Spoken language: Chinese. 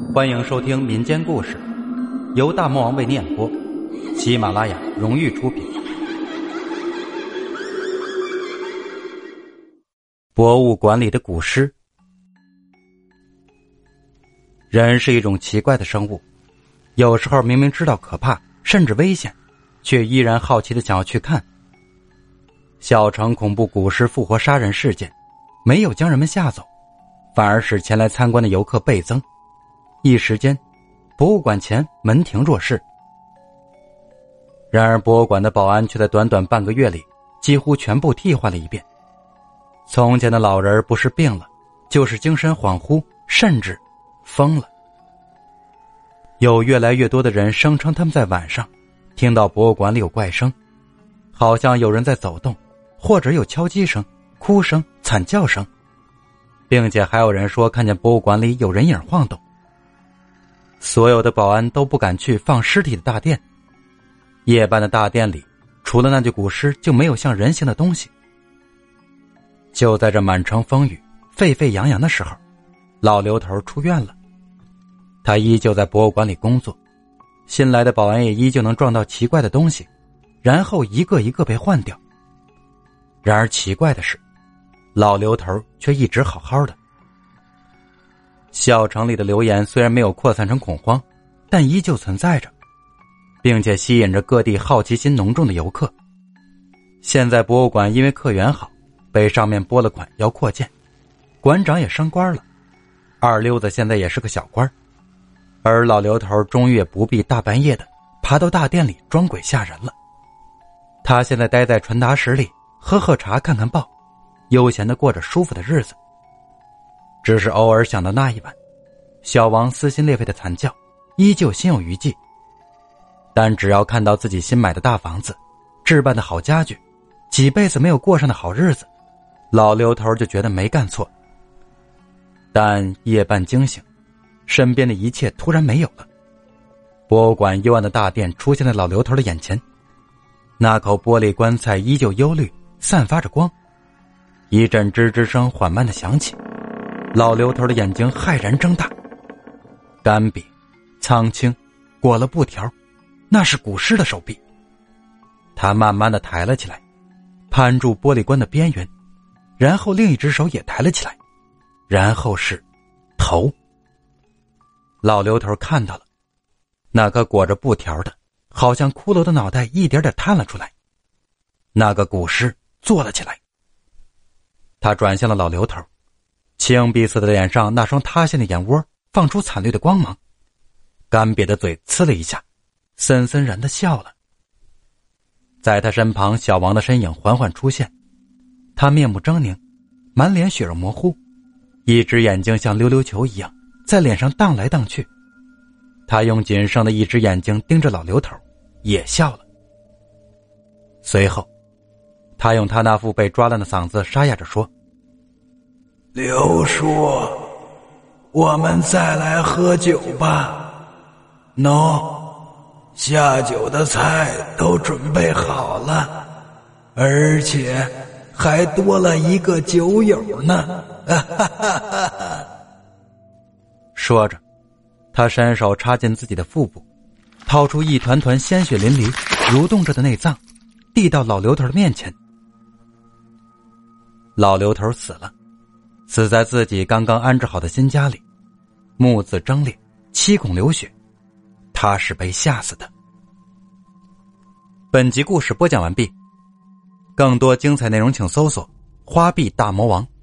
欢迎收听民间故事，由大魔王为你演播，喜马拉雅荣誉出品。博物馆里的古尸。人是一种奇怪的生物，有时候明明知道可怕甚至危险，却依然好奇地想要去看。小城恐怖古尸复活杀人事件没有将人们吓走，反而使前来参观的游客倍增。一时间，博物馆前门庭若市。然而博物馆的保安却在短短半个月里几乎全部替换了一遍。从前的老人不是病了，就是精神恍惚，甚至疯了。有越来越多的人声称他们在晚上听到博物馆里有怪声，好像有人在走动，或者有敲击声、哭声、惨叫声，并且还有人说看见博物馆里有人影晃动。所有的保安都不敢去放尸体的大殿，夜半的大殿里除了那具古尸就没有像人形的东西。就在这满城风雨沸沸扬扬的时候，老刘头出院了。他依旧在博物馆里工作，新来的保安也依旧能撞到奇怪的东西，然后一个一个被换掉。然而奇怪的是，老刘头却一直好好的。小城里的流言虽然没有扩散成恐慌，但依旧存在着，并且吸引着各地好奇心浓重的游客。现在博物馆因为客源好，被上面拨了款要扩建，馆长也升官了，二溜子现在也是个小官，而老刘头终于也不必大半夜的爬到大殿里装鬼吓人了。他现在待在传达室里喝喝茶看看报，悠闲地过着舒服的日子。只是偶尔想到那一晚小王撕心裂肺的惨叫，依旧心有余悸。但只要看到自己新买的大房子、置办的好家具、几辈子没有过上的好日子，老刘头就觉得没干错。但夜半惊醒，身边的一切突然没有了。博物馆幽暗的大殿出现在老刘头的眼前，那口玻璃棺材依旧幽绿，散发着光。一阵吱吱声缓慢地响起，老刘头的眼睛骇然睁大。干瘪、苍青，裹了布条，那是古尸的手臂。他慢慢地抬了起来，攀住玻璃棺的边缘，然后另一只手也抬了起来，然后是头。老刘头看到了，那个裹着布条的好像骷髅的脑袋一点点探了出来，那个古尸坐了起来。他转向了老刘头，青碧色的脸上那双塌陷的眼窝放出惨绿的光芒，干瘪的嘴呲了一下，森森然地笑了。在他身旁，小王的身影缓缓出现，他面目狰狞，满脸血肉模糊，一只眼睛像溜溜球一样在脸上荡来荡去。他用仅剩的一只眼睛盯着老刘头，也笑了。随后他用他那副被抓烂的嗓子沙哑着说： 刘叔，我们再来喝酒吧。下酒的菜都准备好了，而且还多了一个酒友呢。 说着，他伸手插进自己的腹部，掏出一团团鲜血淋漓、蠕动着的内脏，递到老刘头的面前。老刘头死了，死在自己刚刚安置好的新家里，目眦睁裂，七孔流血，他是被吓死的。本集故事播讲完毕，更多精彩内容请搜索花臂大魔王。